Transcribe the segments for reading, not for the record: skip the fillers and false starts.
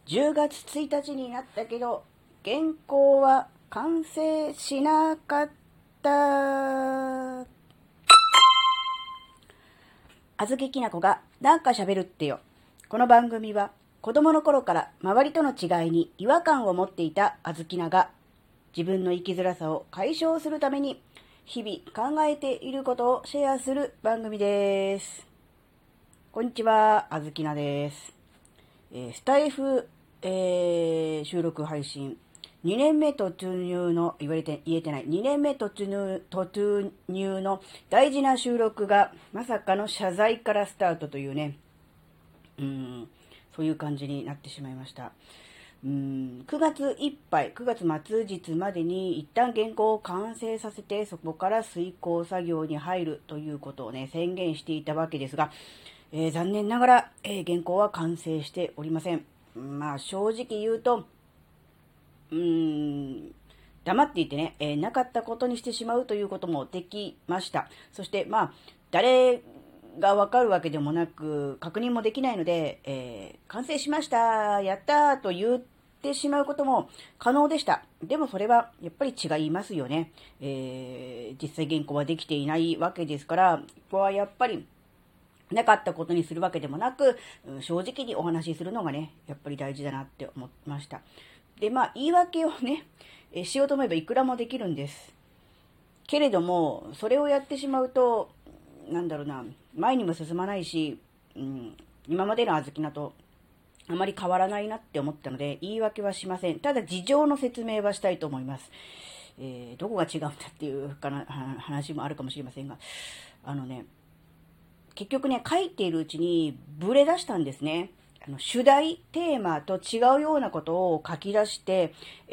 10月1日になったけど、原稿は完成しなかった。あずききなこがなんか喋るってよ。この番組は子供の頃から周りとの違いに違和感を持っていたあずきなが自分の生きづらさを解消するために日々考えていることをシェアする番組です。こんにちは、あずきなです。スタイフ、収録配信2年目突入の言えてない2年目突入の大事な収録がまさかの謝罪からスタートというね、そういう感じになってしまいました。9月いっぱい、9月末日までに一旦原稿を完成させて、そこから遂行作業に入るということをね、宣言していたわけですが、残念ながら、原稿は完成しておりません。まあ正直言うと、黙っていてね、なかったことにしてしまうということもできました。そしてまあ、誰がわかるわけでもなく、確認もできないので、完成しました、やったーと言ってしまうことも可能でした。でもそれはやっぱり違いますよね。実際原稿はできていないわけですから、ここはやっぱりなかったことにするわけでもなく、正直にお話しするのがね、やっぱり大事だなって思いました。で、まあ、言い訳をね、しようと思えばいくらもできるんです。けれども、それをやってしまうと、前にも進まないし、今までのあずきなとあまり変わらないなって思ったので、言い訳はしません。ただ、事情の説明はしたいと思います。どこが違うんだっていう話もあるかもしれませんが、結局ね、書いているうちにブレ出したんですね。主題、テーマと違うようなことを書き出して、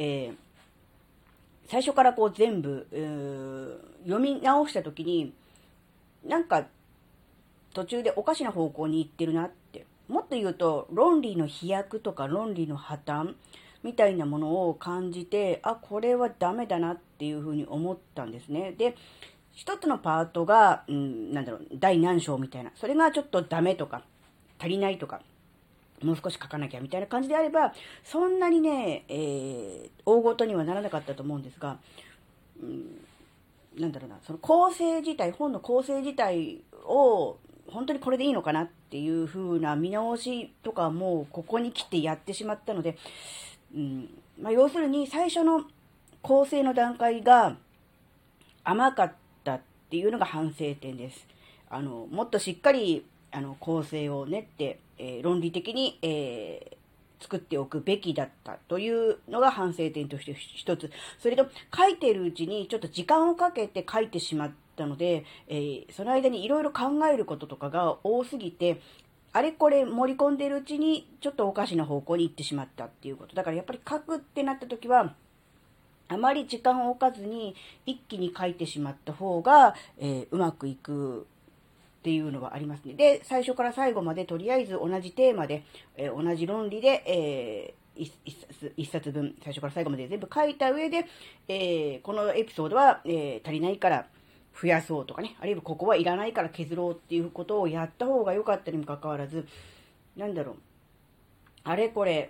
最初からこう全部、読み直したときに、なんか途中でおかしな方向に行ってるなって。もっと言うと、論理の飛躍とか論理の破綻みたいなものを感じて、あ、これはダメだなっていうふうに思ったんですね。で、一つのパートが、第何章みたいな。それがちょっとダメとか、足りないとか、もう少し書かなきゃみたいな感じであれば、そんなにね、大ごとにはならなかったと思うんですが、その構成自体、本の構成自体を、本当にこれでいいのかなっていう風な見直しとかも、ここに来てやってしまったので、要するに最初の構成の段階が甘かったっていうのが反省点です。もっとしっかり、構成を練って、論理的に、作っておくべきだったというのが反省点として一つ。それと、書いているうちにちょっと時間をかけて書いてしまったので、その間にいろいろ考えることとかが多すぎて、あれこれ盛り込んでいるうちにちょっとおかしな方向に行ってしまったっていうこと。だからやっぱり書くってなった時は、あまり時間を置かずに一気に書いてしまった方が、うまくいくっていうのがありますね。で、最初から最後までとりあえず同じテーマで、同じ論理で、一冊分、最初から最後まで全部書いた上で、このエピソードは、足りないから増やそうとかね、あるいはここはいらないから削ろうっていうことをやった方が良かったにもかかわらず、あれこれ、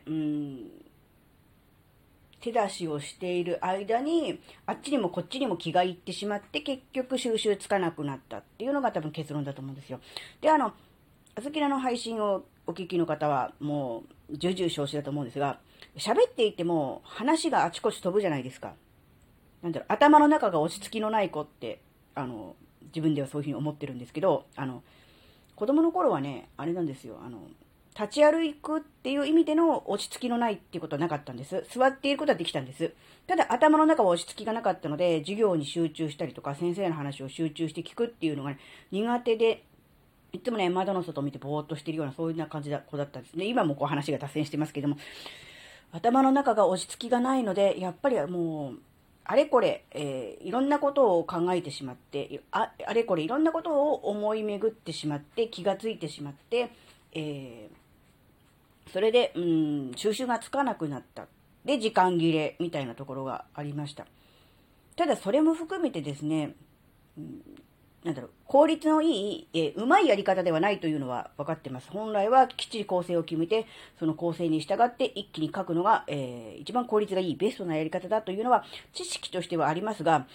手出しをしている間に、あっちにもこっちにも気がいってしまって、結局収集つかなくなったっていうのが多分結論だと思うんですよ。で、あずきらの配信をお聞きの方は、もう、重々承知だと思うんですが、喋っていても話があちこち飛ぶじゃないですか。頭の中が落ち着きのない子って、自分ではそういうふうに思ってるんですけど、子供の頃はね、あれなんですよ、立ち歩くっていう意味での落ち着きのないっていうことはなかったんです。座っていることはできたんです。ただ頭の中は落ち着きがなかったので、授業に集中したりとか、先生の話を集中して聞くっていうのが、ね、苦手で、いつもね、窓の外を見てぼーっとしてるような、そういう感じだ子だったんですね。今もこう話が脱線してますけども、頭の中が落ち着きがないので、やっぱりもう、あれこれ、いろんなことを考えてしまって、あれこれいろんなことを思い巡ってしまって、気がついてしまって、それで、収集がつかなくなった。で、時間切れみたいなところがありました。ただ、それも含めてですね、 効率のいい、うまいやり方ではないというのは分かってます。本来はきっちり構成を決めて、その構成に従って一気に書くのが、一番効率がいいベストなやり方だというのは知識としてはありますが、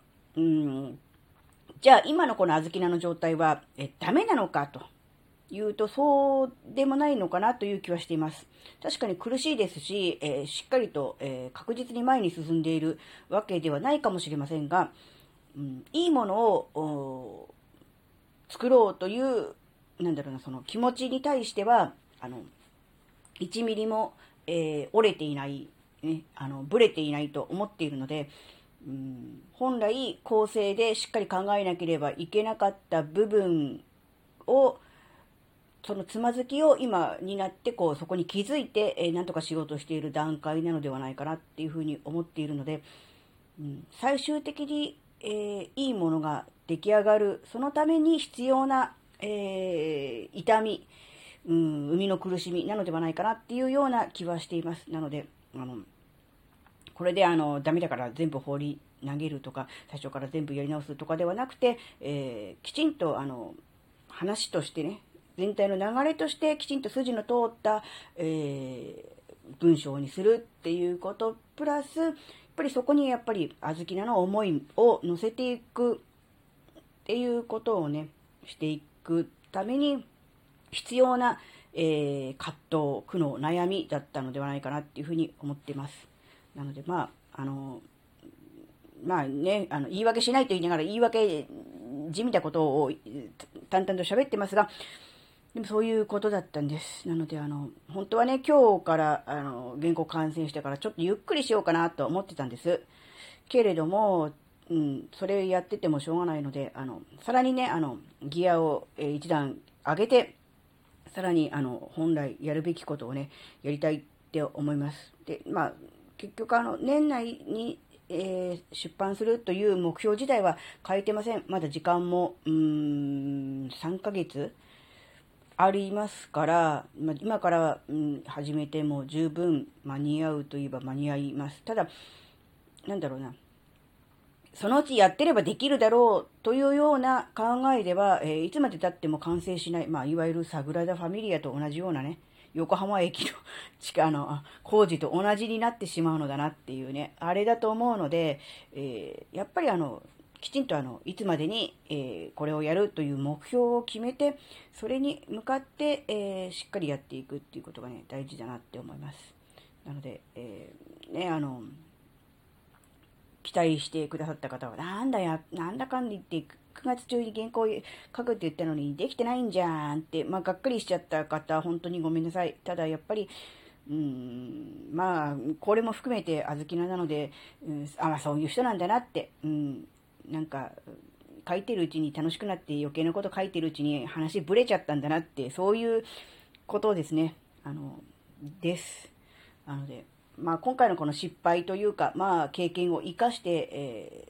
じゃあ今のこの小豆菜の状態は、ダメなのかというと、そうでもないのかなという気はしています。確かに苦しいですし、しっかりと、確実に前に進んでいるわけではないかもしれませんが、いいものを作ろうという、その気持ちに対しては、1ミリも、折れていない、ね、ブレていないと思っているので、本来構成でしっかり考えなければいけなかった部分を、そのつまずきを今になってそこに気づいて、なんとかしようとしている段階なのではないかなっていうふうに思っているので、最終的にいいものが出来上がる、そのために必要な、痛み、生みの苦しみなのではないかなっていうような気はしています。なので、これでダメだから全部放り投げるとか、最初から全部やり直すとかではなくて、きちんと話としてね、全体の流れとしてきちんと筋の通った、文章にするっていうことプラス、やっぱりそこにやっぱり小豆菜の思いを乗せていくっていうことをね、していくために必要な、葛藤、苦悩、悩みだったのではないかなっていうふうに思っています。なのでまあね、言い訳しないと言いながら言い訳地味なことを淡々と喋ってますが、でもそういうことだったんです。なので本当はね、今日から原稿完成してからちょっとゆっくりしようかなと思ってたんです。けれども、それやっててもしょうがないので、さらにね、ギアを、一段上げて、さらに本来やるべきことをね、やりたいって思います。で、結局年内に出版するという目標自体は変えてません。まだ時間も3ヶ月ありますから、今から、始めても十分間に合うといえば間に合います。ただ、そのうちやってればできるだろうというような考えでは、いつまで経っても完成しない、いわゆるサグラダ・ファミリアと同じようなね、横浜駅の工事と同じになってしまうのだなっていうね、あれだと思うので、やっぱりきちんといつまでに、これをやるという目標を決めて、それに向かって、しっかりやっていくっていうことがね、大事だなって思います。なので、期待してくださった方は、なんだかんだ言って、9月中に原稿書くって言ったのにできてないんじゃんって、がっかりしちゃった方、本当にごめんなさい。ただやっぱり、これも含めて小豆菜なので、そういう人なんだなって、書いてるうちに楽しくなって余計なこと書いてるうちに話ブレちゃったんだなって、そういうことですね。です。なので、今回のこの失敗というか、経験を生かして、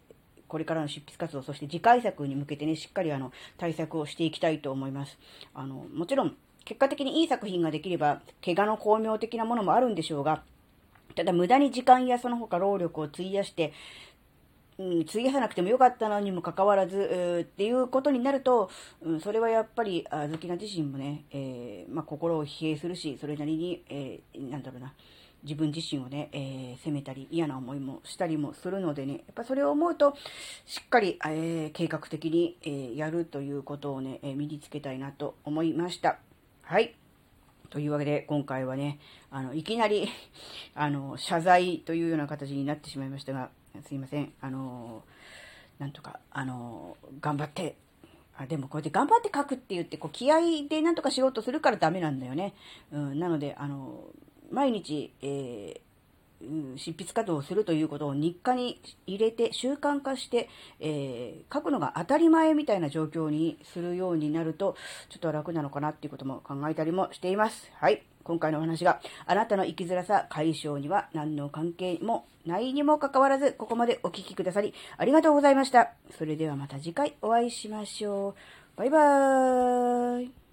これからの執筆活動、そして次回作に向けてね、しっかり対策をしていきたいと思います。もちろん、結果的にいい作品ができれば、怪我の巧妙的なものもあるんでしょうが、ただ無駄に時間やその他労力を費やして、費やさなくてもよかったのにもかかわらず、っていうことになると、それはやっぱり、小豆菜自身もね、心を疲弊するし、それなりに、自分自身をね、責めたり嫌な思いもしたりもするのでね、やっぱそれを思うと、しっかり、計画的に、やるということをね、身につけたいなと思いました。はい。というわけで、今回はね、いきなり謝罪というような形になってしまいましたが、すいません。なんとか、頑張って、でもこうやって頑張って書くって言って、気合でなんとかしようとするからダメなんだよね。なので、毎日、執筆活動をするということを日課に入れて習慣化して、書くのが当たり前みたいな状況にするようになるとちょっと楽なのかなっていうことも考えたりもしています。はい。今回のお話があなたの生きづらさ解消には何の関係もないにもかかわらずここまでお聞きくださりありがとうございました。それではまた次回お会いしましょう。バイバーイ。